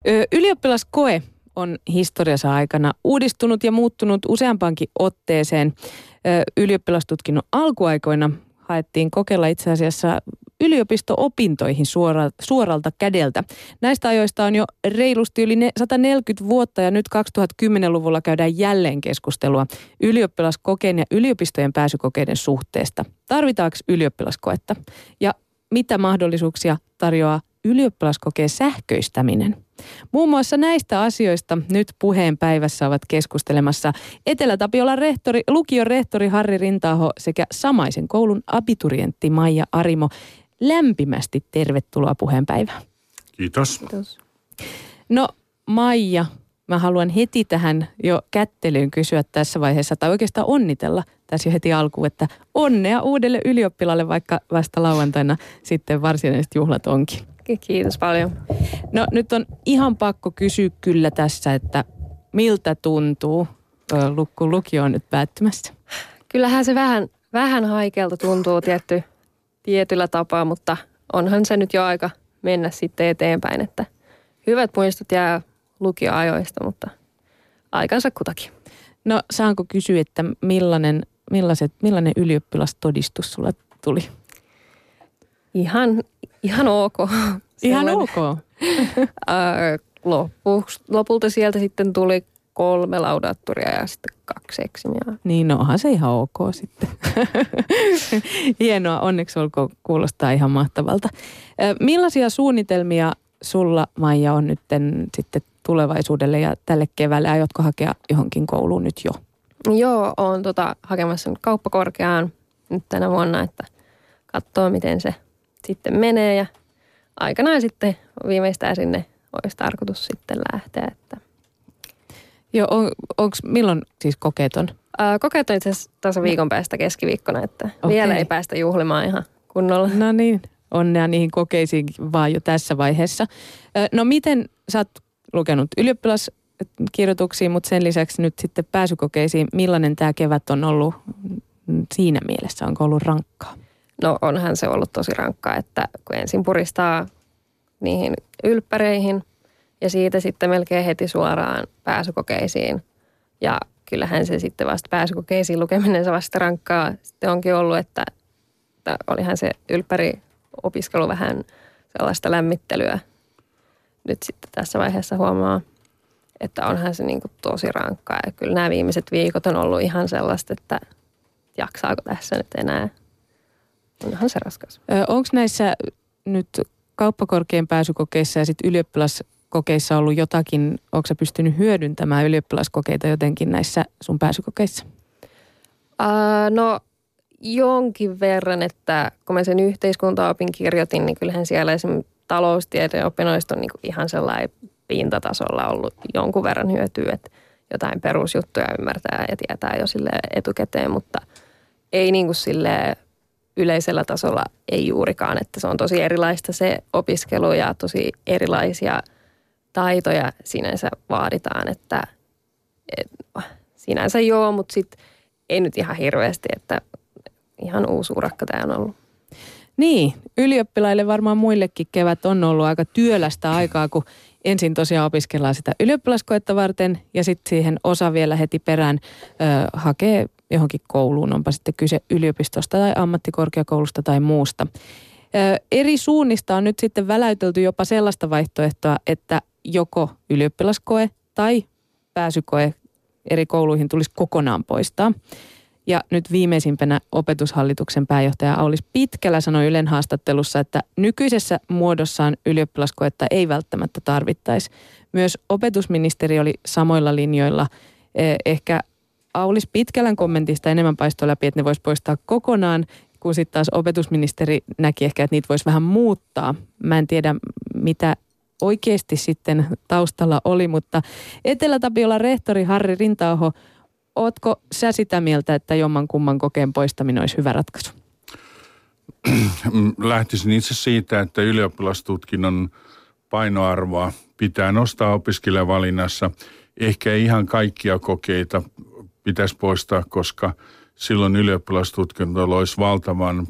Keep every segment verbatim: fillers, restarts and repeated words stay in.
Ö, ylioppilaskoe on historiansa aikana uudistunut ja muuttunut useampaankin otteeseen. Ö, ylioppilastutkinnon alkuaikoina haettiin kokeilla itse asiassa yliopisto-opintoihin suora, suoralta kädeltä. Näistä ajoista on jo reilusti yli sata neljäkymmentä vuotta ja nyt kaksituhattakymmenluvulla käydään jälleen keskustelua ylioppilaskokeen ja yliopistojen pääsykokeiden suhteesta. Tarvitaanko ylioppilaskoetta ja mitä mahdollisuuksia tarjoaa ylioppilaskokeen sähköistäminen? Muun muassa näistä asioista nyt puheen päivässä ovat keskustelemassa Etelä-Tapiolan rehtori, lukion rehtori Harri Rinta-aho sekä samaisen koulun abiturientti Maija Arimo. Lämpimästi tervetuloa puheen päivään. Kiitos. Kiitos. No Maija, mä haluan heti tähän jo kättelyyn kysyä tässä vaiheessa, tai oikeastaan onnitella tässä jo heti alkuun, että onnea uudelle ylioppilalle, vaikka vasta lauantaina sitten varsinaiset juhlat onkin. Kiitos paljon. No nyt on ihan pakko kysyä kyllä tässä, että miltä tuntuu, kun lukio on nyt päättymässä? Kyllähän se vähän, vähän haikealta tuntuu tietty, tietyllä tapaa, mutta onhan se nyt jo aika mennä sitten eteenpäin, että hyvät muistot jää lukioajoista, mutta aikansa kutakin. No saanko kysyä, että millainen, millaiset, millainen ylioppilastodistus sulla tuli? Ihan, ihan ok. Ihan ok? Loppu, lopulta sieltä sitten tuli kolme laudaattoria ja sitten kaksi eksimiä. Niin, no onhan se ihan ok sitten. Hienoa, onneksi olkoon, kuulostaa ihan mahtavalta. Millaisia suunnitelmia sulla, Maija, on nyt sitten tulevaisuudelle ja tälle keväälle? Aiotko hakea johonkin kouluun nyt jo? Joo, olen tota, hakemassa nyt kauppakorkeaan nyt tänä vuonna, että katsoo miten se sitten menee ja aikanaan sitten viimeistään sinne olisi tarkoitus sitten lähteä. Että. Joo, on, onko, milloin siis kokeet on? Ää, kokeet on itse asiassa tasa viikon päästä keskiviikkona, että okay. Vielä ei päästä juhlimaan ihan kunnolla. No niin, onnea niihin kokeisiin vaan jo tässä vaiheessa. No miten, sä oot lukenut ylioppilaskirjoituksia, mutta sen lisäksi nyt sitten pääsykokeisiin, millainen tämä kevät on ollut siinä mielessä? Onko ollut rankkaa? No onhan se ollut tosi rankkaa, että kun ensin puristaa niihin ylppäreihin ja siitä sitten melkein heti suoraan pääsykokeisiin. Ja kyllähän se sitten vasta pääsykokeisiin lukeminen se vasta rankkaa sitten onkin ollut, että, että olihan se ylppäriopiskelu vähän sellaista lämmittelyä. Nyt sitten tässä vaiheessa huomaa, että onhan se niin kuin tosi rankkaa. Ja kyllä nämä viimeiset viikot on ollut ihan sellaista, että jaksaako tässä nyt enää. Onhan se raskas. Onko näissä nyt kauppakorkean pääsykokeissa ja sitten ylioppilaskokeissa ollut jotakin, onko sä pystynyt hyödyntämään ylioppilaskokeita jotenkin näissä sun pääsykokeissa? Uh, no jonkin verran, että kun mä sen yhteiskuntaopin kirjoitin, niin kyllähän siellä esimerkiksi taloustieteen opinnoista on niin kuin ihan sellainen pintatasolla ollut jonkun verran hyötyä, että jotain perusjuttuja ymmärtää ja tietää jo sille etukäteen, mutta ei niin kuin silleen yleisellä tasolla ei juurikaan, että se on tosi erilaista se opiskelu ja tosi erilaisia taitoja sinänsä vaaditaan, että et, sinänsä joo, mutta sitten ei nyt ihan hirveästi, että ihan uusi urakka tämä on ollut. Niin, ylioppilaille varmaan muillekin kevät on ollut aika työlästä aikaa, kun ensin tosiaan opiskellaan sitä ylioppilaskoetta varten ja sitten siihen osa vielä heti perään ö, hakee johonkin kouluun, onpa sitten kyse yliopistosta tai ammattikorkeakoulusta tai muusta. Ö, eri suunnista on nyt sitten väläytelty jopa sellaista vaihtoehtoa, että joko ylioppilaskoe tai pääsykoe eri kouluihin tulisi kokonaan poistaa. Ja nyt viimeisimpänä Opetushallituksen pääjohtaja Aulis Pitkälä sanoi Ylen haastattelussa, että nykyisessä muodossaan ylioppilaskoetta ei välttämättä tarvittaisi. Myös opetusministeri oli samoilla linjoilla. Ehkä Aulis Pitkälän kommentista enemmän paistoi läpi, että ne voisi poistaa kokonaan, kun sitten taas opetusministeri näki ehkä, että niitä voisi vähän muuttaa. Mä en tiedä, mitä oikeasti sitten taustalla oli, mutta Etelä-Tapiolan rehtori Harri Rinta-aho, ootko sä sitä mieltä, että jomman kumman kokeen poistaminen olisi hyvä ratkaisu? Lähtisin itse siitä, että ylioppilastutkinnon painoarvoa pitää nostaa opiskelijavalinnassa. Ehkä ei ihan kaikkia kokeita pitäisi poistaa, koska silloin ylioppilastutkinto olisi valtavan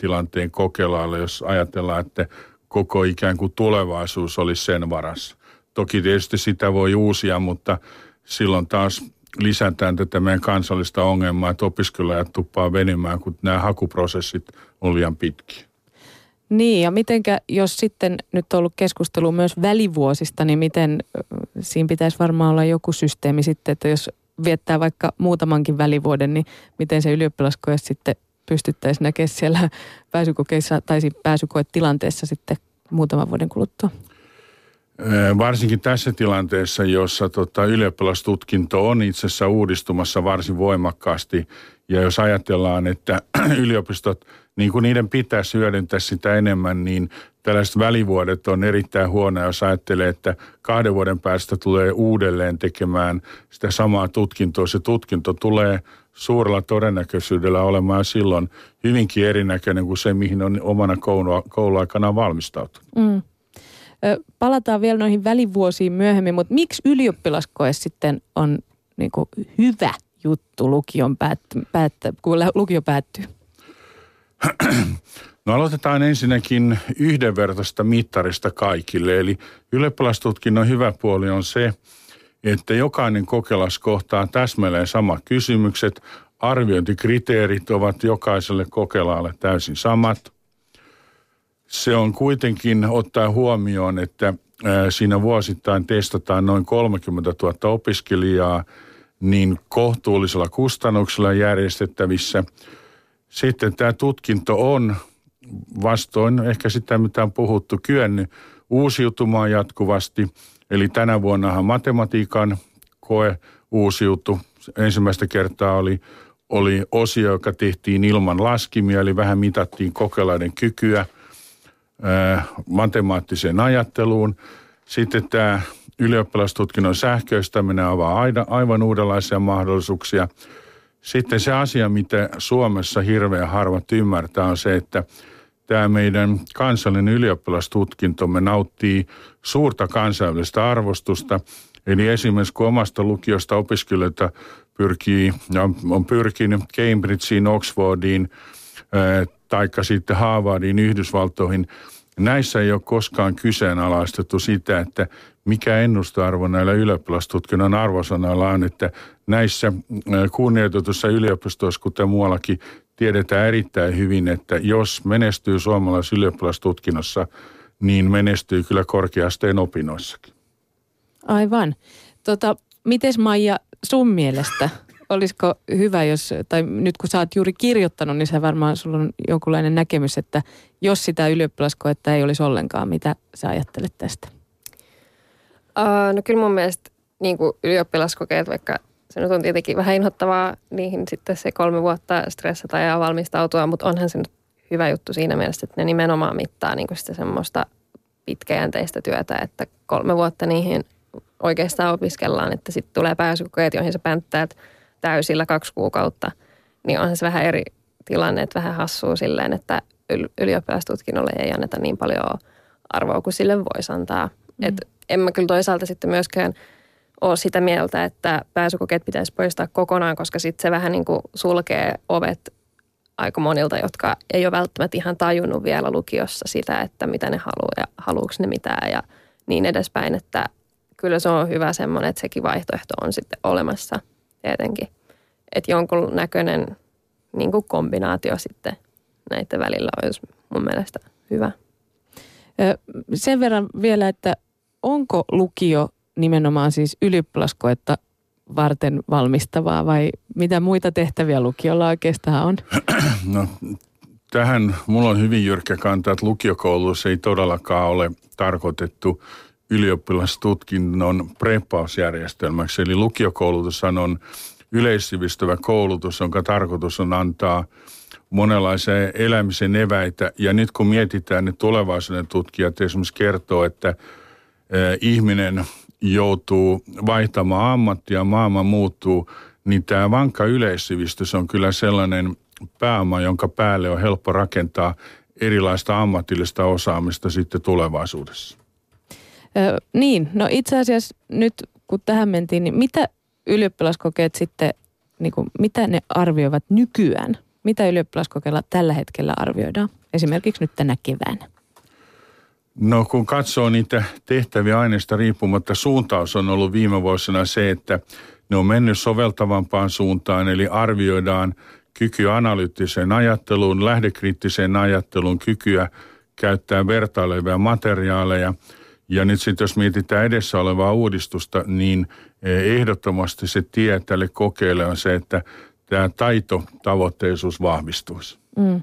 painetilanteen kokelaalle, jos ajatellaan, että koko ikään kuin tulevaisuus olisi sen varassa. Toki tietysti sitä voi uusia, mutta silloin taas lisätään tätä meidän kansallista ongelmaa, että opiskelijat tuppaa venymään, kun nämä hakuprosessit on liian pitkiä. Niin, ja mitenkä, jos sitten nyt on ollut keskustelu myös välivuosista, niin miten siinä pitäisi varmaan olla joku systeemi sitten, että jos viettää vaikka muutamankin välivuoden, niin miten se ylioppilaskoe sitten pystyttäisiin näkemään siellä pääsykokeissa tai pääsykoetilanteessa sitten muutaman vuoden kuluttua? Varsinkin tässä tilanteessa, jossa tota, ylioppilastutkinto on itse asiassa uudistumassa varsin voimakkaasti. Ja jos ajatellaan, että yliopistot, niin kuin niiden pitäisi hyödyntää sitä enemmän, niin tällaiset välivuodet on erittäin huono, jos ajattelee, että kahden vuoden päästä tulee uudelleen tekemään sitä samaa tutkintoa. Se tutkinto tulee suurella todennäköisyydellä olemaan silloin hyvinkin erinäköinen kuin se, mihin on omana koulu- kouluaikanaan valmistautunut. Mm. Palataan vielä noihin välivuosiin myöhemmin, mutta miksi ylioppilaskoe sitten on niin kuin hyvä juttu lukion päätty, päättä, kun lukio päättyy? No aloitetaan ensinnäkin yhdenvertaista mittarista kaikille. Eli ylioppilastutkinnon hyvä puoli on se, että jokainen kokeilas kohtaa täsmälleen samat kysymykset. Arviointikriteerit ovat jokaiselle kokelaalle täysin samat. Se on kuitenkin ottaa huomioon, että siinä vuosittain testataan noin kolmekymmentätuhatta opiskelijaa niin kohtuullisella kustannuksella järjestettävissä. Sitten tämä tutkinto on vastoin ehkä sitä, mitä on puhuttu, kyennyt uusiutumaan jatkuvasti. Eli tänä vuonnahan matematiikan koe uusiutui. Ensimmäistä kertaa oli, oli osio, joka tehtiin ilman laskimia, eli vähän mitattiin kokelaiden kykyä matemaattiseen ajatteluun. Sitten tämä ylioppilastutkinnon sähköistäminen avaa aivan uudenlaisia mahdollisuuksia. Sitten se asia, mitä Suomessa hirveän harvat ymmärtää, on se, että tämä meidän kansallinen ylioppilastutkintomme nauttii suurta kansainvälistä arvostusta. Eli esimerkiksi kun omasta lukiosta opiskelijoita pyrkii, on pyrkinyt Cambridgeen, Oxfordiin, taikka sitten Harvardiin, Yhdysvaltoihin. Näissä ei ole koskaan kyseenalaistettu sitä, että mikä ennustearvo näillä ylioppilastutkinnon arvosanoilla on, että näissä kunnioitetussa yliopistoissa, kuten muuallakin, tiedetään erittäin hyvin, että jos menestyy suomalaisessa ylioppilastutkinnossa, niin menestyy kyllä korkea-asteen opinnoissakin. Aivan. Tota, mites Maija sun mielestä? Olisiko hyvä, jos, tai nyt kun sä oot juuri kirjoittanut, niin se varmaan sulla on jonkunlainen näkemys, että jos sitä ylioppilaskoetta ei olisi ollenkaan, mitä sä ajattelet tästä? Uh, no kyllä mun mielestä niin kuin ylioppilaskokeet, vaikka se nyt on tietenkin vähän inhottavaa, niihin sitten se kolme vuotta stressata ja valmistautua, mutta onhan se nyt hyvä juttu siinä mielessä, että ne nimenomaan mittaa niin kuin sitä semmoista pitkäjänteistä työtä, että kolme vuotta niihin oikeastaan opiskellaan, että sitten tulee pääsykokeet, joihin sä pänttäät täysillä kaksi kuukautta, niin onhan se vähän eri tilanne, että vähän hassua silleen, että ylioppilastutkinnolle ei anneta niin paljon arvoa kuin sille voisi antaa. Mm. Et en mä kyllä toisaalta sitten myöskään ole sitä mieltä, että pääsykokeet pitäisi poistaa kokonaan, koska sitten se vähän niin kuin sulkee ovet aika monilta, jotka ei ole välttämättä ihan tajunnut vielä lukiossa sitä, että mitä ne haluaa ja haluuks ne mitään ja niin edespäin, että kyllä se on hyvä semmoinen, että sekin vaihtoehto on sitten olemassa tietenkin. Että jonkun näköinen niin kuin kombinaatio sitten näiden välillä olisi mun mielestä hyvä. Sen verran vielä, että onko lukio nimenomaan siis ylioppilaskoetta varten valmistavaa vai mitä muita tehtäviä lukiolla oikeastaan on? No tähän mulla on hyvin jyrkkä kanta, että lukiokoulutus ei todellakaan ole tarkoitettu ylioppilastutkinnon preppausjärjestelmäksi. Eli lukiokoulutus on yleissivistävä koulutus, jonka tarkoitus on antaa monenlaisia elämisen eväitä. Ja nyt kun mietitään, että tulevaisuuden tutkijat esimerkiksi kertoo, että ihminen joutuu vaihtamaan ammattia, maailma muuttuu, niin tämä vankka yleissivistys on kyllä sellainen pääoma, jonka päälle on helppo rakentaa erilaista ammatillista osaamista sitten tulevaisuudessa. Ö, niin, no itse asiassa nyt kun tähän mentiin, niin mitä ylioppilaskokeet sitten, niin kuin, mitä ne arvioivat nykyään? Mitä ylioppilaskokeilla tällä hetkellä arvioidaan? Esimerkiksi nyt tänä keväänä. No kun katsoo niitä tehtäviä aineista riippumatta, suuntaus on ollut viime vuosina se, että ne on mennyt soveltavampaan suuntaan, eli arvioidaan kykyä analyyttiseen ajatteluun, lähdekriittiseen ajatteluun, kykyä käyttää vertailevia materiaaleja. Ja nyt sitten jos mietitään edessä olevaa uudistusta, niin ehdottomasti se tie tälle kokeille on se, että tämä taitotavoitteisuus vahvistuisi. Mm.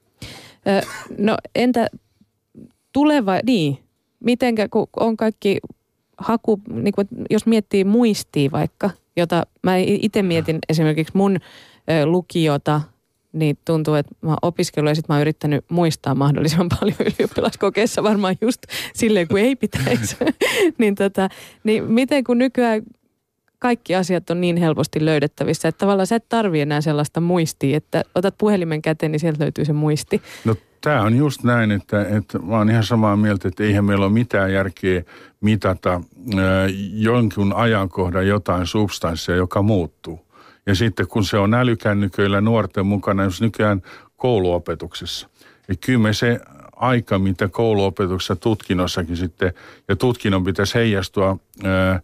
No entä tuleva, niin, mitenkä kun on kaikki haku, niin kuin, jos miettii muistia vaikka, jota mä itse mietin esimerkiksi mun ö, lukiota, niin tuntuu, että mä oon opiskellut ja sit mä oon yrittänyt muistaa mahdollisimman paljon ylioppilaskokeessa varmaan just silleen, kun ei pitäisi. niin, tota, niin miten kun nykyään kaikki asiat on niin helposti löydettävissä, että tavallaan sä et tarvii enää sellaista muistia, että otat puhelimen käteen, niin sieltä löytyy se muisti. No tämä on just näin, että, että mä oon ihan samaa mieltä, että eihän meillä ole mitään järkeä mitata äh, jonkin ajankohdan jotain substanssia, joka muuttuu. Ja sitten kun se on älykännyköillä nuorten mukana, jos nykyään kouluopetuksessa. Ja kyllä me se aika, mitä kouluopetuksessa tutkinnossakin sitten, ja tutkinnon pitäisi heijastua ää,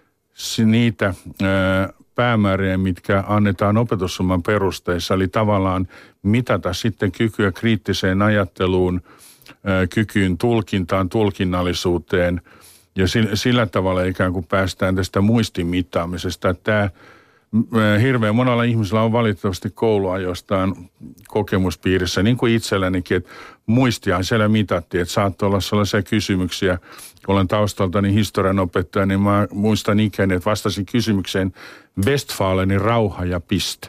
niitä ää, päämääriä, mitkä annetaan opetussumman perusteissa, eli tavallaan mitata sitten kykyä kriittiseen ajatteluun, ää, kykyyn tulkintaan, tulkinnallisuuteen, ja sillä, sillä tavalla ikään kuin päästään tästä muistin mittaamisesta, että tämä hirveän monella ihmisellä on valitettavasti kouluajostaan kokemuspiirissä, niin kuin itsellänikin, että muistiaan siellä mitattiin, että saattoi olla sellaisia kysymyksiä, kun olen taustaltani historian opettaja, niin mä muistan ikäni, että vastasin kysymykseen Westfalenin rauha ja piste.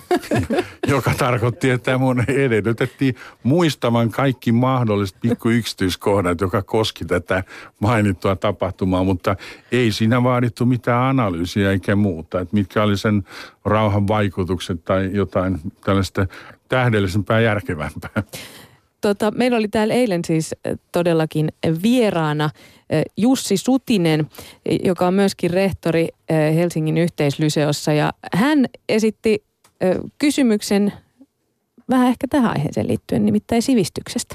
Joka tarkoitti, että mun edellytettiin muistamaan kaikki mahdolliset pikku yksityiskohdat, joka koski tätä mainittua tapahtumaa, mutta ei siinä vaadittu mitään analyysiä eikä muuta, että mitkä oli sen rauhan vaikutukset tai jotain tällaista tähdellisempää, järkevämpää. Tota, meillä oli täällä eilen siis todellakin vieraana Jussi Sutinen, joka on myöskin rehtori Helsingin yhteislyseossa, ja hän esitti kysymyksen vähän ehkä tähän aiheeseen liittyen, nimittäin sivistyksestä.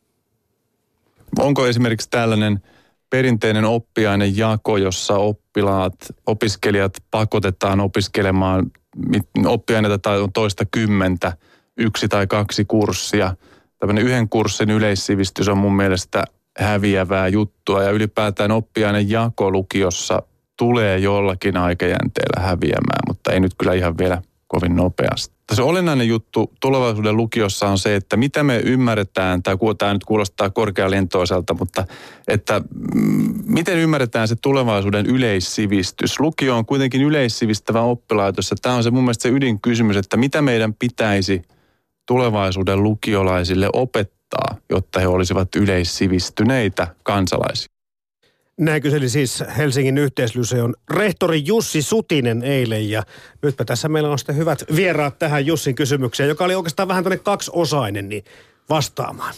Onko esimerkiksi tällainen perinteinen oppiainejako, jossa oppilaat, opiskelijat pakotetaan opiskelemaan oppiaineita tai on toista kymmentä, yksi tai kaksi kurssia. Tällainen yhden kurssin yleissivistys on mun mielestä häviävää juttua ja ylipäätään oppiainejako lukiossa tulee jollakin aikajänteellä häviämään, mutta ei nyt kyllä ihan vielä kovin nopeasti. Se olennainen juttu tulevaisuuden lukiossa on se, että mitä me ymmärretään, tai tämä nyt kuulostaa korkealentoiselta, mutta että mm, miten ymmärretään se tulevaisuuden yleissivistys. Lukio on kuitenkin yleissivistävä oppilaitos, ja tämä on se mun mielestä se ydinkysymys, että mitä meidän pitäisi tulevaisuuden lukiolaisille opettaa, jotta he olisivat yleissivistyneitä kansalaisia. Näin kyseli siis Helsingin yhteislyseon rehtori Jussi Sutinen eilen, ja nytpä tässä meillä on sitten hyvät vieraat tähän Jussin kysymykseen, joka oli oikeastaan vähän tämmöinen kaksiosainen, niin vastaamaan.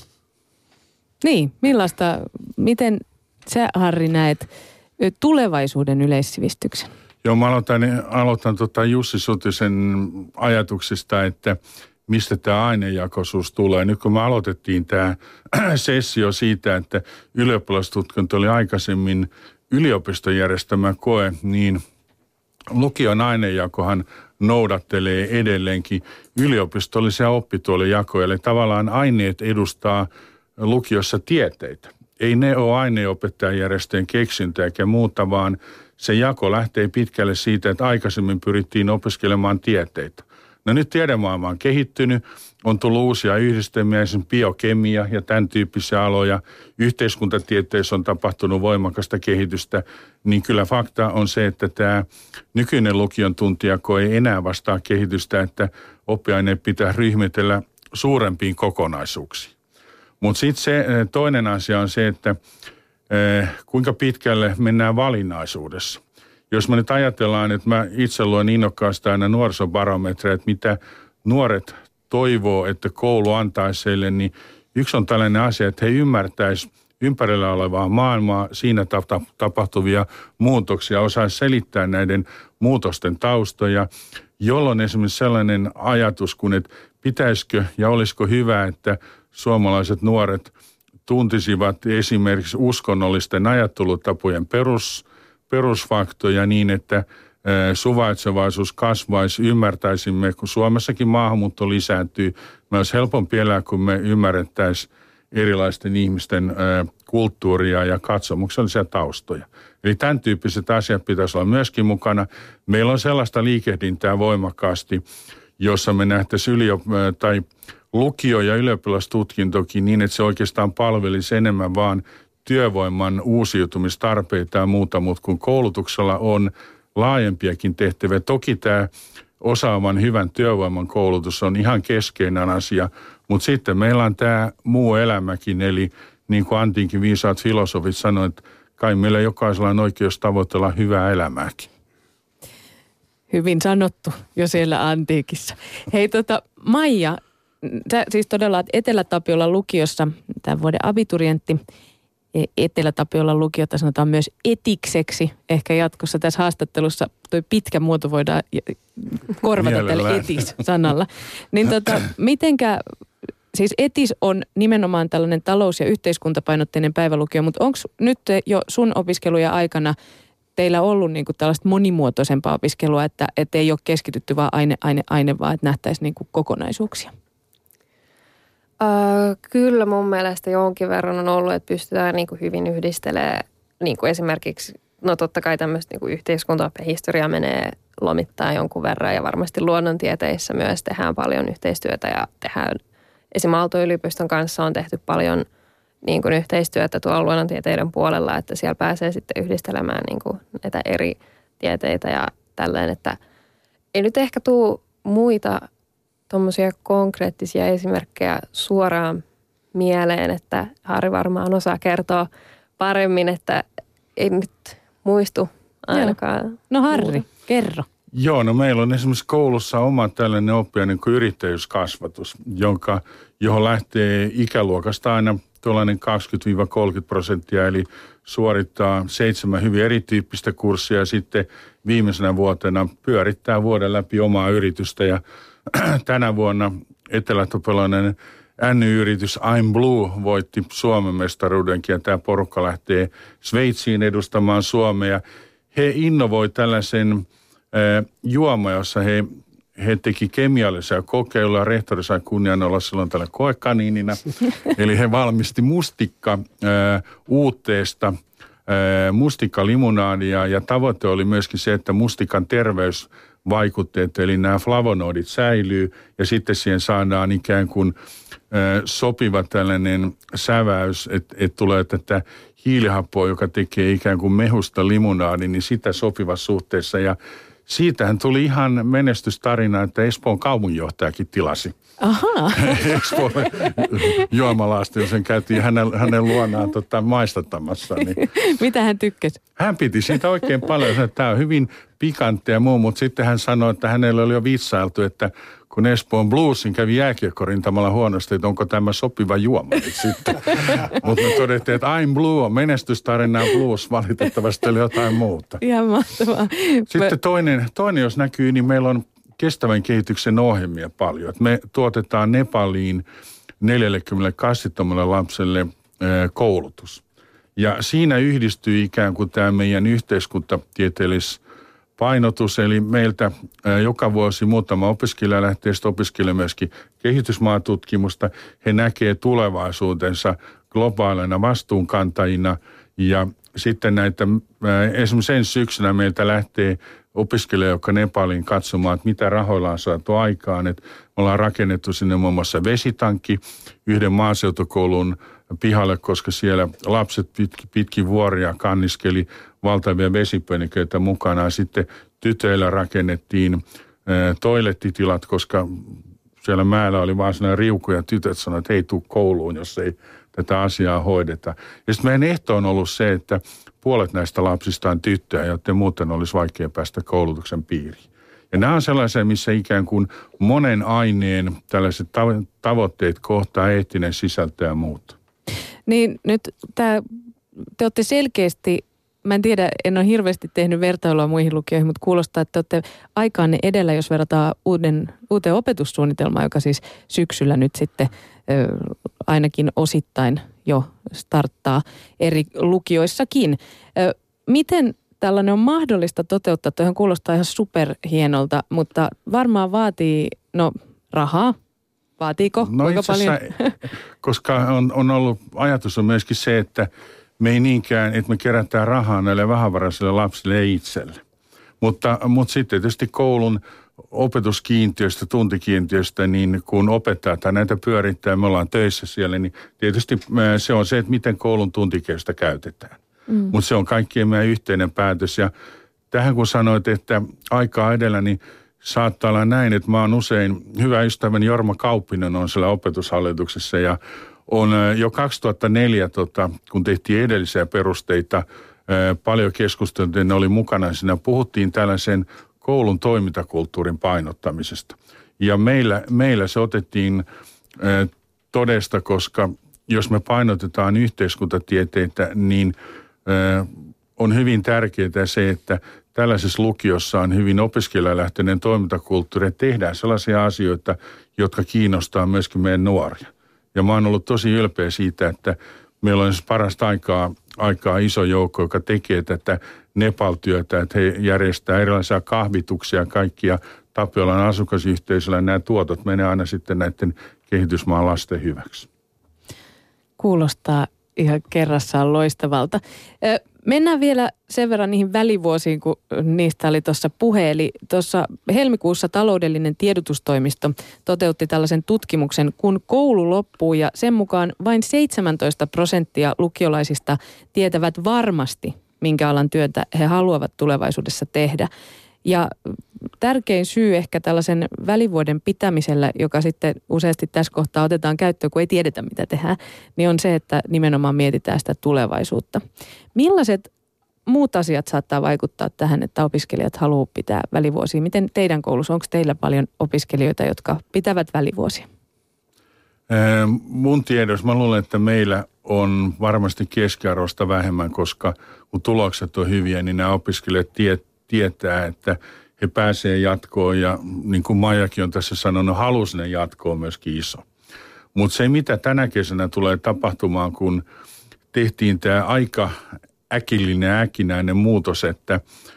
Niin, millaista, miten sä Harri näet tulevaisuuden yleissivistyksen? Joo, mä aloitan, aloitan tota Jussi Sutisen ajatuksista, että mistä tämä ainejakoisuus tulee. Nyt kun me aloitettiin tämä sessio siitä, että ylioppilastutkinto oli aikaisemmin yliopiston järjestämä koe, niin lukion ainejakohan noudattelee edelleenkin yliopistollisia oppituolijakoja. Eli tavallaan aineet edustaa lukiossa tieteitä. Ei ne ole aineenopettajajärjestöjen keksintä eikä muuta, vaan se jako lähtee pitkälle siitä, että aikaisemmin pyrittiin opiskelemaan tieteitä. No nyt tiedemaailma on kehittynyt, on tullut uusia yhdistelmiä, esimerkiksi biokemia ja tämän tyyppisiä aloja. Yhteiskuntatieteessä on tapahtunut voimakasta kehitystä, niin kyllä fakta on se, että tämä nykyinen lukion tuntijako ei enää vastaa kehitystä, että oppiaineet pitää ryhmitellä suurempiin kokonaisuuksiin. Mutta sitten se toinen asia on se, että eh, kuinka pitkälle mennään valinnaisuudessa. Jos me nyt ajatellaan, että mä itse luen innokkaasti aina nuorisobarometreja, että mitä nuoret toivoo, että koulu antaisi heille, niin yksi on tällainen asia, että he ymmärtäisivät ympärillä olevaa maailmaa, siinä tapahtuvia muutoksia, osaisi selittää näiden muutosten taustoja, jolloin esimerkiksi sellainen ajatus kuin, että pitäisikö ja olisiko hyvä, että suomalaiset nuoret tuntisivat esimerkiksi uskonnollisten ajattelutapojen perus, perusfaktoja niin, että suvaitsevaisuus kasvaisi, ymmärtäisimme, kun Suomessakin maahanmuutto lisääntyy, me olisi helpompi elää, kun me ymmärrettäisiin erilaisten ihmisten kulttuuria ja katsomuksellisia taustoja. Eli tämän tyyppiset asiat pitäisi olla myöskin mukana. Meillä on sellaista liikehdintää voimakkaasti, jossa me nähtäisiin yliop- tai lukio- ja ylioppilastutkintokin niin, että se oikeastaan palvelisi enemmän vaan työvoiman uusiutumistarpeita ja muuta, mutta kun koulutuksella on laajempiakin tehtäviä. Toki tämä osaavan hyvän työvoiman koulutus on ihan keskeinen asia, mutta sitten meillä on tämä muu elämäkin, eli niin kuin antiinkin viisaat filosofit sanoivat, että kai meillä jokaisella on oikeus tavoitella hyvää elämääkin. Hyvin sanottu jo siellä antiikissa. Hei tota, Maija, sä siis todella olet Etelä-Tapiolan lukiossa tämän vuoden abiturientti. Etelä-Tapiolan lukiota sanotaan myös etikseksi. Ehkä jatkossa tässä haastattelussa tuo pitkä muoto voidaan korvata tällä etis-sanalla. Niin tota, mitenkä, siis etis on nimenomaan tällainen talous- ja yhteiskuntapainotteinen päivälukio, mutta onko nyt jo sun opiskeluja aikana teillä ollut niinku tällaista monimuotoisempaa opiskelua, että et ei ole keskitytty vaan aine, aine, aine, vaan että nähtäisiin niinku kokonaisuuksia? Öö, kyllä mun mielestä jonkin verran on ollut, että pystytään niin kuin hyvin yhdistelemään niin kuin esimerkiksi, no totta kai tämmöistä niin kuin yhteiskuntahistoriaa menee lomittaa jonkun verran ja varmasti luonnontieteissä myös tehdään paljon yhteistyötä ja tehdään, esimerkiksi Aalto-yliopiston kanssa on tehty paljon niin kuin yhteistyötä tuolla luonnontieteiden puolella, että siellä pääsee sitten yhdistelemään niin kuin näitä eri tieteitä ja tälleen, että ei nyt ehkä tule muita tuommoisia konkreettisia esimerkkejä suoraan mieleen, että Harri varmaan osaa kertoa paremmin, että ei nyt muistu ainakaan. Joo. No Harri, muuta. Kerro. Joo, no meillä on esimerkiksi koulussa oma tällainen oppija niin kuin yrittäjyyskasvatus, jonka, johon lähtee ikäluokasta aina tuollainen kaksikymmentä kolmekymmentä prosenttia, eli suorittaa seitsemän hyvin erityyppistä kurssia ja sitten viimeisenä vuotena pyörittää vuoden läpi omaa yritystä ja tänä vuonna etelätopolainen N Y-yritys I'm Blue voitti Suomen mestaruudenkin ja tämä porukka lähtee Sveitsiin edustamaan Suomea. He innovoi tällaisen äh, juoma, jossa he, he teki kemiallisia kokeiluja. Rehtori sai kunnian olla silloin tällä koekaniinina. Eli he valmisti mustikka äh, uutteesta äh, mustikkalimunaadia ja tavoite oli myöskin se, että mustikan terveys vaikutteet, eli nämä flavonoidit säilyy ja sitten siihen saadaan ikään kuin ö, sopiva tällainen säväys, että et tulee tätä hiilihappoa, joka tekee ikään kuin mehusta limonaadin, niin sitä sopivassa suhteessa ja siitähän tuli ihan menestystarina, että Espoon kaupunginjohtajakin tilasi. Ahaa. Espoon juomalaasti, sen käytiin hänen, hänen luonaan tota, maistattamassa. Niin. Mitä hän tykkäsi? Hän piti siitä oikein paljon, että tämä on hyvin pikanttia ja muu, mutta sitten hän sanoi, että hänellä oli jo vitsailtu, että kun Espoon Bluesin kävi jääkiekkorintamalla huonosti, että onko tämä sopiva juoma nyt sitten. Mutta me todettiin, että I'm Blue on menestystarina ja Blues valitettavasti oli jotain muuta. Ihan mahtavaa. Sitten toinen, toinen, jos näkyy, niin meillä on kestävän kehityksen ohjelmia paljon. Et me tuotetaan Nepaliin neljäkymmentä kastittomalle lapselle koulutus. Ja siinä yhdistyy ikään kuin tämä meidän yhteiskuntatieteellis painotus, eli meiltä ää, joka vuosi muutama opiskelija lähtee sitten opiskelemaan myöskin kehitysmaatutkimusta. He näkee tulevaisuutensa globaaleina vastuunkantajina ja sitten näitä, ää, esimerkiksi ensi syksynä meiltä lähtee opiskelija, joka Nepaliin katsomaan, että mitä rahoilla on saatu aikaan. Et me ollaan rakennettu sinne muun muassa vesitankki yhden maaseutukoulun pihalle, koska siellä lapset pitki, pitki vuoria kanniskeli valtavia vesipöniköitä mukana. Sitten tytöillä rakennettiin ää, toilettitilat, koska siellä mäellä oli vaan sellainen riuku ja tytöt sanoivat, että ei tule kouluun, jos ei tätä asiaa hoideta. Ja sitten meidän ehto on ollut se, että puolet näistä lapsista on tyttöjä, joten muuten olisi vaikea päästä koulutuksen piiriin. Ja nämä on sellaisia, missä ikään kuin monen aineen tällaiset tavoitteet kohtaa eettinen sisältö ja muuta. Niin nyt tämä, te olette selkeästi, mä en tiedä, en ole hirveästi tehnyt vertailua muihin lukioihin, mutta kuulostaa, että te olette aikaanne edellä, jos verrataan uuden, uuteen opetussuunnitelmaan, joka siis syksyllä nyt sitten ö, ainakin osittain jo starttaa eri lukioissakin. Miten tällainen on mahdollista toteuttaa? Tuohan kuulostaa ihan superhienolta, mutta varmaan vaatii, no rahaa. Vaatiiko? No kuinka paljon? Koska on, on ollut, ajatus on myöskin se, että me ei niinkään, että me kerätään rahaa näille vähävaraisille lapsille itselle. Mutta, mutta sitten tietysti koulun opetuskiintiöstä, tuntikiintiöstä, niin kun opettajat näitä pyörittää, me ollaan töissä siellä, niin tietysti se on se, että miten koulun tuntikeystä käytetään. Mm. Mutta se on kaikkien meidän yhteinen päätös. Ja tähän kun sanoit, että aikaa edellä, niin saattaa olla näin, että mä oon usein, hyvä ystäväni Jorma Kauppinen on siellä opetushallituksessa ja on jo kaksituhattaneljä, tota, kun tehtiin edellisiä perusteita, paljon keskusteltiin, ne oli mukana siinä, puhuttiin tällaisen koulun toimintakulttuurin painottamisesta. Ja meillä, meillä se otettiin todesta, koska jos me painotetaan yhteiskuntatieteitä, niin on hyvin tärkeää se, että tällaisessa lukiossa on hyvin opiskelijalähtöinen toimintakulttuuri, että tehdään sellaisia asioita, jotka kiinnostaa myöskin meidän nuoria. Ja mä oon ollut tosi ylpeä siitä, että meillä on parasta aikaa, aikaa iso joukko, joka tekee tätä Nepal-työtä, että he järjestää erilaisia kahvituksia kaikkia Tapiolan asukasyhteisöllä. Nämä tuotot menee aina sitten näiden kehitysmaan lasten hyväksi. Kuulostaa ihan kerrassaan loistavalta. Mennään vielä sen verran niihin välivuosiin, kun niistä oli tuossa puhe. Eli tuossa helmikuussa taloudellinen tiedotustoimisto toteutti tällaisen tutkimuksen, kun koulu loppuu ja sen mukaan vain seitsemäntoista prosenttia lukiolaisista tietävät varmasti, minkä alan työtä he haluavat tulevaisuudessa tehdä. Ja tärkein syy ehkä tällaisen välivuoden pitämisellä, joka sitten useasti tässä kohtaa otetaan käyttöön, kun ei tiedetä mitä tehdään, niin on se, että nimenomaan mietitään sitä tulevaisuutta. Millaiset muut asiat saattaa vaikuttaa tähän, että opiskelijat haluaa pitää välivuosia? Miten teidän koulussa, onko teillä paljon opiskelijoita, jotka pitävät välivuosia? Ää, mun tiedossa mä luulen, että meillä on varmasti keskiarvosta vähemmän, koska kun tulokset on hyviä, niin nämä opiskelijat tietävät, tietää, että he pääsee jatkoon ja niin kuin Maijakin on tässä sanonut, halusinen jatko on myöskin iso. Mutta se, mitä tänä kesänä tulee tapahtumaan, kun tehtiin tämä aika äkillinen ja äkinäinen muutos, että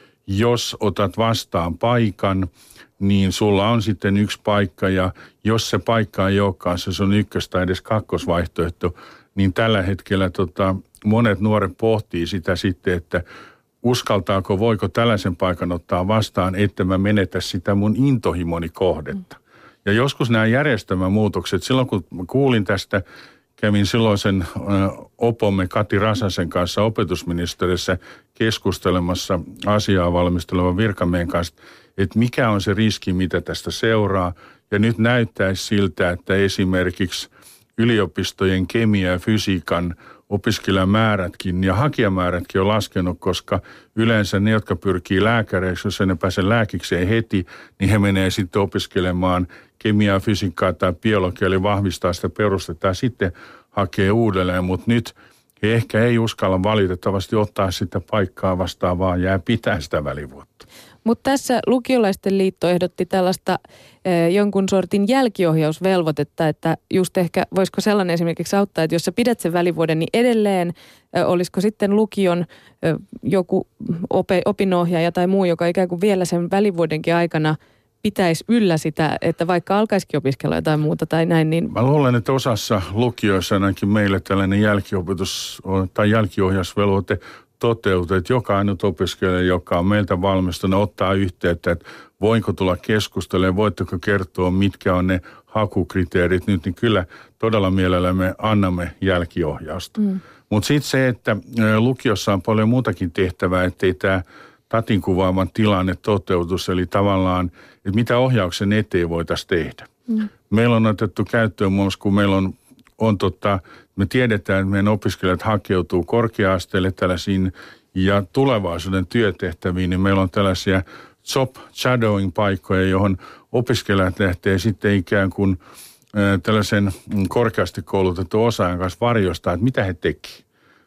jos otat vastaan paikan, niin sulla on sitten yksi paikka ja jos se paikka ei olekaan, se on ykkös- tai edes kakkosvaihtoehto, niin tällä hetkellä tota, monet nuoret pohtii sitä sitten, että uskaltaako, voiko tällaisen paikan ottaa vastaan, että mä menetä sitä mun intohimoni kohdetta. Ja joskus nämä järjestelmämuutokset, silloin kun kuulin tästä, kävin silloisen opomme Kati Rasasen kanssa opetusministeriössä keskustelemassa asiaa valmistelevan virkamiehen kanssa, että mikä on se riski, mitä tästä seuraa. Ja nyt näyttäisi siltä, että esimerkiksi yliopistojen kemia- ja fysiikan opiskelijamäärätkin ja hakijamäärätkin on laskenut, koska yleensä ne, jotka pyrkii lääkäreiksi, jos ne pääse lääkikseen heti, niin he menee sitten opiskelemaan kemiaa, fysiikkaa tai biologiaa, eli vahvistaa sitä perustetta ja sitten hakee uudelleen, mutta nyt he ehkä ei uskalla valitettavasti ottaa sitä paikkaa vastaan, vaan jää pitää sitä välivuotta. Mutta tässä lukiolaisten liitto ehdotti tällaista eh, jonkun sortin jälkiohjausvelvoitetta, että just ehkä voisiko sellainen esimerkiksi auttaa, että jos sä pidät sen välivuoden, niin edelleen eh, olisiko sitten lukion eh, joku ope, opinnohjaaja tai muu, joka ikään kuin vielä sen välivuodenkin aikana pitäisi yllä sitä, että vaikka alkaisikin opiskella jotain muuta tai näin, niin... Mä luulen, että osassa lukioissa ainakin meille tällainen jälkiopetus tai jälkiohjausvelvoite toteutuu, että joka ainut opiskelija, joka on meiltä valmistunut, ottaa yhteyttä, että voinko tulla keskustelemaan, voitteko kertoa, mitkä on ne hakukriteerit nyt, niin kyllä todella mielellä me annamme jälkiohjausta. Mm. Mutta sitten se, että lukiossa on paljon muutakin tehtävää, ettei tämä Tatin kuvaaman tilanne toteutus, eli tavallaan, että mitä ohjauksen eteen voitaisiin tehdä. Mm. Meillä on otettu käyttöön muun muassa, kun meillä on, on tota, me tiedetään, että meidän opiskelijat hakeutuu korkea-asteelle tällaisiin ja tulevaisuuden työtehtäviin, niin meillä on tällaisia job shadowing-paikkoja, johon opiskelijat lähtee sitten ikään kuin äh, tällaisen korkeasti koulutetun osaajan kanssa varjostaa, että mitä he teki.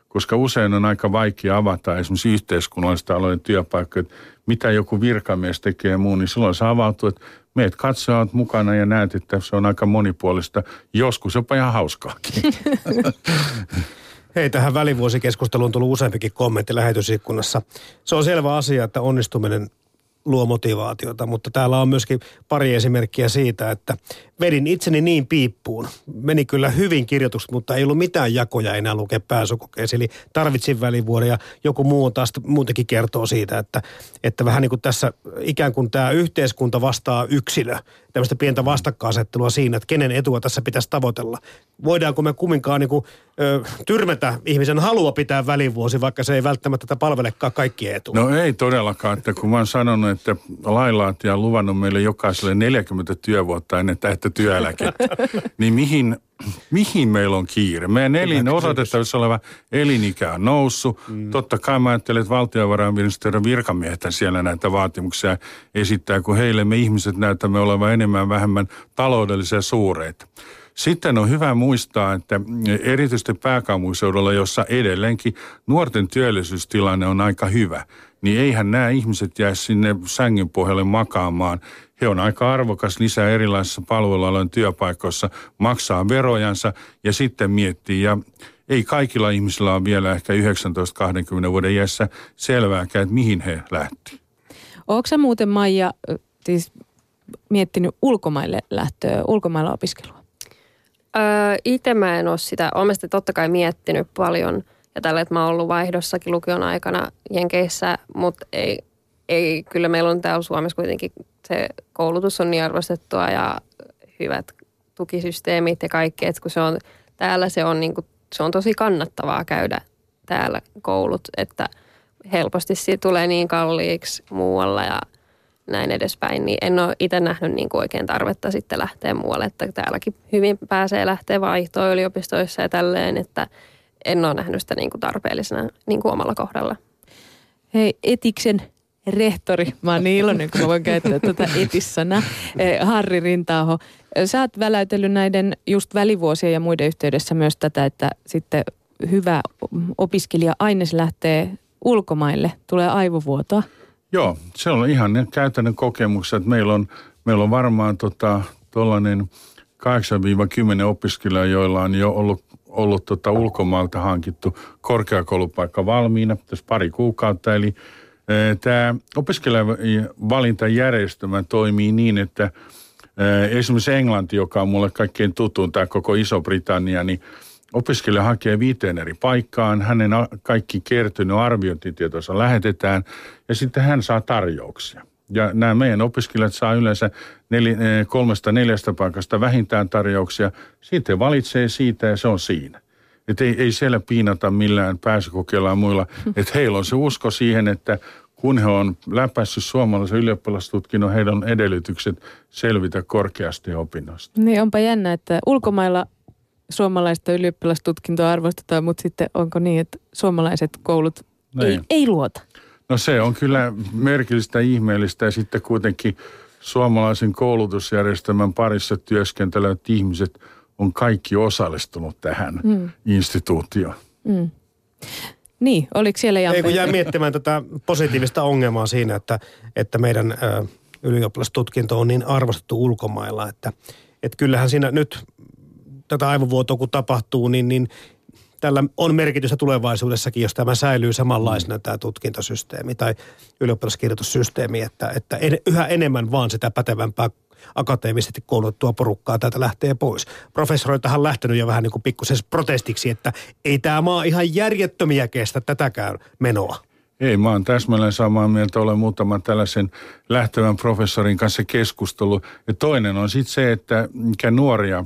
koska usein on aika vaikea avata esimerkiksi yhteiskunnallista alojen työpaikkoja, että mitä joku virkamies tekee ja muu, niin silloin se avautuu, että meet katsoa, olet mukana ja näet, että se on aika monipuolista, joskus jopa ihan hauskaakin. Hei, tähän välivuosikeskusteluun on tullut useampikin kommentti lähetysikkunassa. Se on selvä asia, että onnistuminen luo motivaatiota, mutta täällä on myöskin pari esimerkkiä siitä, että vedin itseni niin piippuun. Meni kyllä hyvin kirjoitukset, mutta ei ollut mitään jakoja enää lukea pääsykokeeseen, eli tarvitsin välivuoden ja joku muu on taas muutenkin kertoo siitä, että, että vähän niin kuin tässä ikään kuin tämä yhteiskunta vastaa yksilö, tämmöistä pientä vastakkainasettelua siinä, että kenen etua tässä pitäisi tavoitella. Voidaanko me kumminkaan niin kuin, ö, tyrmätä ihmisen halua pitää välivuosi, vaikka se ei välttämättä tätä palvelekaan kaikkien etua? No ei todellakaan, että kun mä oon sanonut, että lainlaatija on luvannut meille jokaiselle neljäkymmentä työvuotta ennen täyttä työeläkettä, niin mihin, mihin meillä on kiire? Meidän elin odotettavissa oleva elinikä on noussut. Mm. Totta kai mä ajattelen, että valtiovarainministeriön virkamiehet siellä näitä vaatimuksia esittää, kun heille me ihmiset näytämme olevan enemmän vähemmän taloudellisia suureita. Sitten on hyvä muistaa, että erityisesti pääkaupunkiseudulla, jossa edelleenkin nuorten työllisyystilanne on aika hyvä, niin eihän nämä ihmiset jää sinne sängyn pohjalle makaamaan. He on aika arvokas lisää erilaisissa palvelualojen työpaikoissa, maksaa verojansa ja sitten miettii. Ja ei kaikilla ihmisillä ole vielä ehkä yhdeksäntoista kaksikymmentä vuoden iässä selvääkään, että mihin he lähti. Oletko sä muuten, Maija, siis miettinyt ulkomaille lähtöä, ulkomailla opiskelua? Öö, itse mä en ole sitä. Olen sitä totta kai miettinyt paljon ja tällä, että mä oon ollut vaihdossakin lukion aikana Jenkeissä, mutta ei, ei, kyllä meillä on täällä Suomessa kuitenkin se koulutus on niin arvostettua ja hyvät tukisysteemit ja kaikki, että kun se on täällä se on, niin kuin, se on tosi kannattavaa käydä täällä koulut, että helposti siitä tulee niin kalliiksi muualla ja näin edespäin, niin en ole itse nähnyt niin kuin oikein tarvetta sitten lähteä muualle, että täälläkin hyvin pääsee lähteä vaihtoon yliopistoissa ja tälleen, että en ole nähnyt sitä niin kuin tarpeellisena niin kuin omalla kohdalla. Hei, etiksen rehtori, mä oon niin iloinen, kun mä voin käyttää tätä etissanaa, Harri Rinta-aho. Sä oot väläytellyt näiden just välivuosien ja muiden yhteydessä myös tätä, että sitten hyvä opiskelija-aines lähtee ulkomaille, tulee aivovuotoa. Joo, se on ihan ne käytännön kokemukset, että meillä on, meillä on varmaan tota, tuollainen kahdeksan kymmenen opiskelijaa, joilla on jo ollut, ollut tota ulkomaalta hankittu korkeakoulupaikka valmiina tässä pari kuukautta. Eli e, tämä opiskelijavalintajärjestelmä toimii niin, että e, esimerkiksi Englanti, joka on mulle kaikkein tutun, tämä koko Iso-Britannia, niin opiskelija hakee viiteen eri paikkaan, hänen kaikki kertynyt arviointitietonsa lähetetään ja sitten hän saa tarjouksia. Ja nämä meidän opiskelijat saa yleensä neli, kolmesta neljästä paikasta vähintään tarjouksia. Sitten valitsee siitä ja se on siinä. Että ei, ei siellä piinata millään pääsykokeilla ja muilla. Että heillä on se usko siihen, että kun he on läpäissyt suomalaisen ylioppilastutkinnon, heidän on edellytykset selvitä korkeasti opinnoista. Niin onpa jännä, että ulkomailla suomalaista ylioppilastutkintoa arvostetaan, mutta sitten onko niin, että suomalaiset koulut ei, ei luota? No se on kyllä merkillistä ihmeellistä ja sitten kuitenkin suomalaisen koulutusjärjestelmän parissa työskentelevät ihmiset on kaikki osallistunut tähän mm. instituutioon. Mm. Niin, oliko siellä Jampe? Ei kun jää miettimään tätä positiivista ongelmaa siinä, että, että meidän ö, ylioppilastutkinto on niin arvostettu ulkomailla, että, että kyllähän siinä nyt tätä aivovuotoa kun tapahtuu, niin, niin tällä on merkitystä tulevaisuudessakin, jos tämä säilyy samanlaisena mm. tämä tutkintosysteemi tai ylioppilaskirjoitussysteemi, että, että en, yhä enemmän vaan sitä pätevämpää akateemisesti koulutettua porukkaa täältä lähtee pois. Professoreitahan on lähtenyt jo vähän niin kuin pikkusen protestiksi, että ei tämä maa ihan järjettömiä kestä tätäkään menoa. Ei, mä oon täsmälleen samaa mieltä, olen muutaman tällaisen lähtevän professorin kanssa keskustellut. Ja toinen on sitten se, että mikä nuoria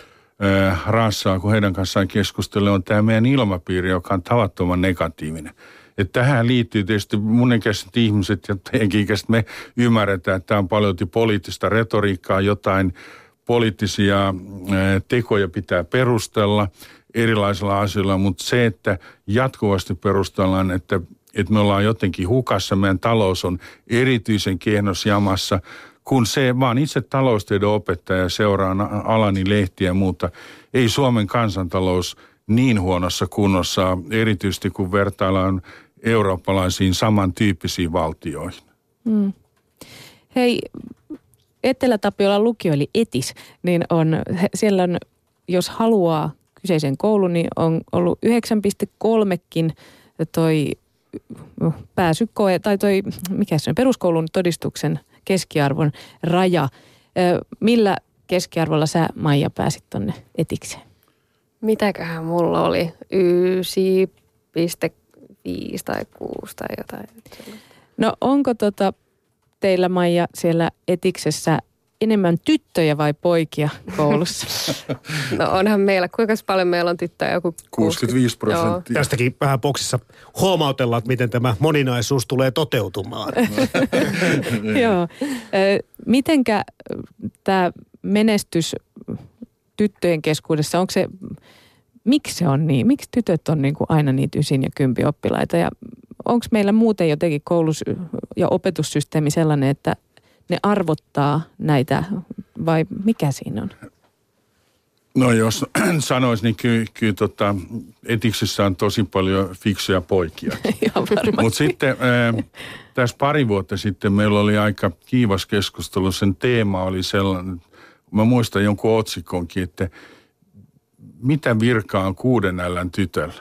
äh, raassaa, kun heidän kanssaan keskustelee, on tämä meidän ilmapiiri, joka on tavattoman negatiivinen. Että tähän liittyy tietysti mun ikäiset ihmiset ja teidänkin ikäiset, me ymmärretään, että tämä on paljon poliittista retoriikkaa, jotain poliittisia äh, tekoja pitää perustella erilaisilla asioilla, mutta se, että jatkuvasti perustellaan, että että me ollaan jotenkin hukassa, meidän talous on erityisen kehnossa jamassa, kun se vaan itse taloustiedon opettaja seuraa alani lehtiä ja muuta. Ei Suomen kansantalous niin huonossa kunnossa, erityisesti kun vertaillaan eurooppalaisiin samantyyppisiin valtioihin. Mm. Hei, Etelä-Tapiolan lukio eli ETIS, niin on, siellä on, jos haluaa kyseisen koulun, niin on ollut yhdeksän pilkku kolmekin toi pääsykoe, tai toi, mikä se on, peruskoulun todistuksen keskiarvon raja. Millä keskiarvolla sä, Maija, pääsit tonne etikseen? Mitäköhän mulla oli? yhdeksän pilkku viisi tai kuusi tai jotain. No onko tota teillä, Maija, siellä etiksessä enemmän tyttöjä vai poikia koulussa? No onhan meillä, kuinka paljon meillä on tyttöjä? Joku kuusikymmentäviisi prosenttia. Tästäkin vähän boksissa huomautellaan, että miten tämä moninaisuus tulee toteutumaan. Joo. Mitenkä tämä menestys tyttöjen keskuudessa, onko se, miksi se on niin? Miksi tytöt on niin kuin aina niitä ysin ja kympi oppilaita? Ja onko meillä muuten jotenkin koulus- ja opetussysteemi sellainen, että ne arvottaa näitä, vai mikä siinä on? No jos sanois, niin kyllä, kyllä tota, etiksissä on tosi paljon fiksuja poikia. Mutta sitten äh, tässä pari vuotta sitten meillä oli aika kiivas keskustelu. Sen teema oli sellainen, mä muistan jonkun otsikonkin, että mitä virkaa on kuuden ällän tytöllä.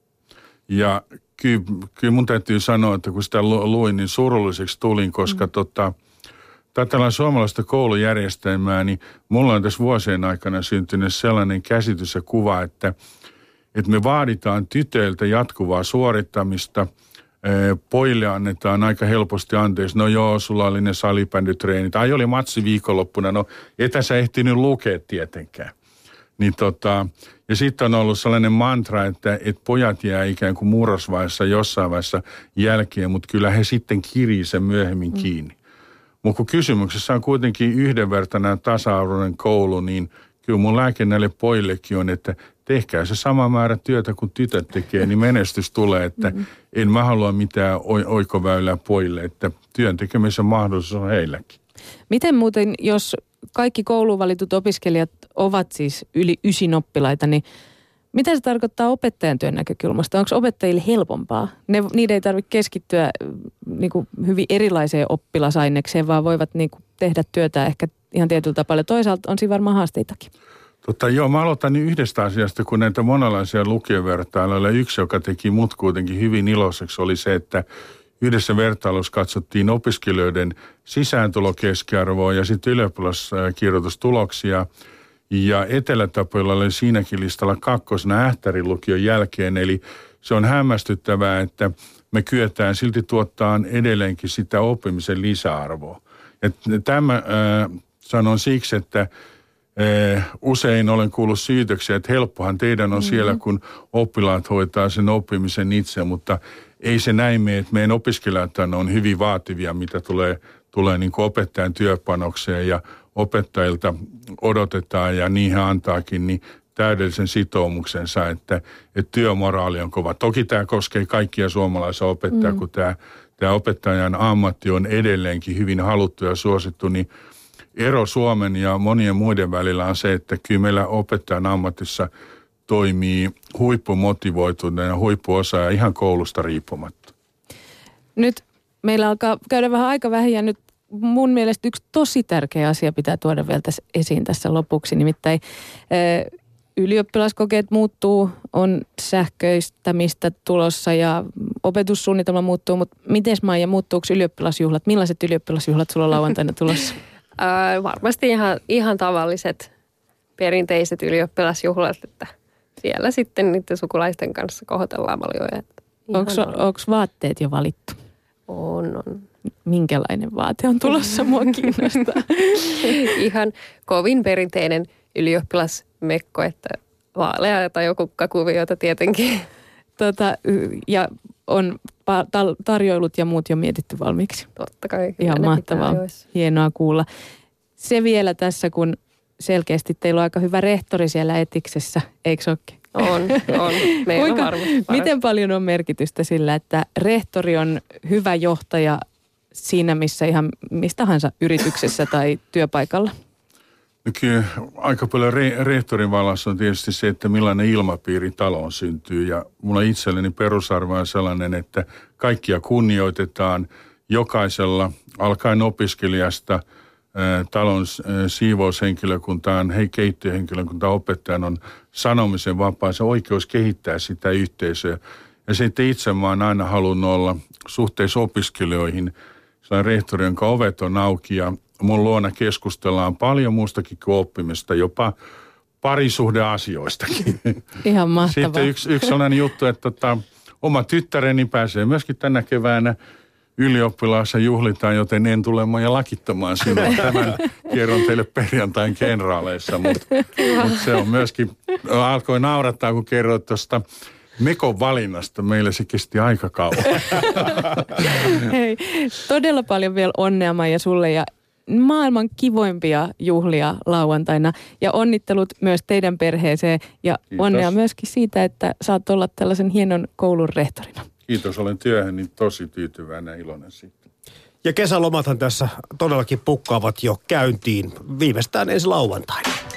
Ja kyllä, kyllä mun täytyy sanoa, että kun sitä luin, niin surulliseksi tulin, koska mm. tota, tällä suomalaista koulujärjestelmää, niin mulla on tässä vuosien aikana syntynyt sellainen käsitys ja kuva, että, että me vaaditaan tytöiltä jatkuvaa suorittamista. Pojille annetaan aika helposti anteeksi. No joo, sulla oli ne salibändytreenit. Ai oli matsi viikonloppuna. No etä sä ehtinyt lukea tietenkään. Niin tota, ja sitten on ollut sellainen mantra, että, että pojat jää ikään kuin murrosvaiheessa jossain vaiheessa jälkeen, mutta kyllä he sitten kirii sen myöhemmin mm. kiinni. Mutta kun kysymyksessä on kuitenkin yhdenvertainen tasa-arvoinen koulu, niin kyllä mun lääke näille pojillekin on, että tehkää se sama määrä työtä kuin tytöt tekee, niin menestys tulee, että mm-hmm. en mä halua mitään oikoväylää pojille, että työn tekemisen mahdollisuus on heilläkin. Miten muuten, jos kaikki kouluun valitut opiskelijat ovat siis yli ysin oppilaita, niin mitä se tarkoittaa opettajan työn näkökulmasta? Onko opettajille helpompaa? Ne, niiden ei tarvitse keskittyä niin kuin hyvin erilaiseen oppilasainekseen, vaan voivat niin kuin tehdä työtä ehkä ihan tietyllä tapaa. Toisaalta on siinä varmaan haasteitakin. Totta, joo, mä aloitan niin yhdestä asiasta, kun näitä monenlaisia lukiovertailuja. Yksi, joka teki mut kuitenkin hyvin iloiseksi, oli se, että yhdessä vertailussa katsottiin opiskelijoiden sisääntulokeskiarvoa ja sitten ylioppilaskirjoitustuloksia. Ja Etelä-Tapiolla oli siinäkin listalla kakkosena Ähtärin lukion jälkeen, eli se on hämmästyttävää, että me kyetään silti tuottaa edelleenkin sitä oppimisen lisäarvoa. Et tämä äh, sanon siksi, että äh, usein olen kuullut syytöksiä, että helppohan teidän on mm-hmm. siellä, kun oppilaat hoitaa sen oppimisen itse, mutta ei se näin mene, että meidän opiskelijat on hyvin vaativia, mitä tulee, tulee niin kuin opettajan työpanokseen ja opettajilta odotetaan ja niihin antaakin niin täydellisen sitoumuksensa, että, että työmoraali on kova. Toki tämä koskee kaikkia suomalaisia opettajia, mm. kun tämä, tämä opettajan ammatti on edelleenkin hyvin haluttu ja suosittu, niin ero Suomen ja monien muiden välillä on se, että kyllä meillä opettajan ammatissa toimii huippumotivoituneena ja huippuosaaja ihan koulusta riippumatta. Nyt meillä alkaa käydä vähän aika vähän ja nyt mun mielestä yksi tosi tärkeä asia pitää tuoda vielä tässä esiin tässä lopuksi. Nimittäin ylioppilaskokeet muuttuu, on sähköistämistä tulossa ja opetussuunnitelma muuttuu, mutta miten Maija, muuttuuko ylioppilasjuhlat? Millaiset ylioppilasjuhlat sulla on lauantaina tulossa? Äh, varmasti ihan, ihan tavalliset perinteiset ylioppilasjuhlat, että siellä sitten niiden sukulaisten kanssa kohotellaan maljoja. Onko vaatteet jo valittu? On, on. Minkälainen vaate on tulossa, mua kiinnostaa. Ihan kovin perinteinen ylioppilasmekko, että vaalea tai joku kukkakuviota tietenkin. Tota, ja on tarjoilut ja muut jo mietitty valmiiksi. Totta kai. Ihan mahtavaa. Hienoa kuulla. Se vielä tässä, kun selkeästi teillä on aika hyvä rehtori siellä etiksessä, eikö olekin? On, on. Meillä Kuinka, on varmasti miten paljon on merkitystä sillä, että rehtori on hyvä johtaja siinä, missä ihan mistä tahansa yrityksessä tai työpaikalla? No kyllä aika paljon re- rehtorin vallassa on tietysti se, että millainen ilmapiiri taloon syntyy. Ja mulla itselleni perusarvo on sellainen, että kaikkia kunnioitetaan jokaisella, alkaen opiskelijasta, talon siivoushenkilökuntaan, hei keittiöhenkilökuntaan, opettajan on sanomisen vapaa, se oikeus kehittää sitä yhteisöä. Ja sitten itse mä oon aina halunnut olla suhteessa opiskelijoihin sellainen rehtori, jonka ovet on auki ja mun luona keskustellaan paljon muustakin kuin oppimista, jopa parisuhdeasioistakin. Ihan mahtavaa. Sitten yksi, yksi sellainen juttu, että tota, oma tyttäreni pääsee myöskin tänä keväänä ylioppilaassa juhlitaan, joten en tule ja lakittamaan sinua. Tämän kerron teille perjantain kenraaleissa, mutta mut se on myöskin, alkoi naurattaa, kun kerroit tuosta Mekon valinnasta. Meille se kesti aika kauan. Hei, todella paljon vielä onnea Maija sulle ja maailman kivoimpia juhlia lauantaina ja onnittelut myös teidän perheeseen ja Kiitos. Onnea myöskin siitä, että saat olla tällaisen hienon koulun rehtorina. Kiitos, olen työhöni tosi tyytyväinen ja iloinen siitä. Ja kesälomathan tässä todellakin pukkaavat jo käyntiin viimeistään ensi lauantaina.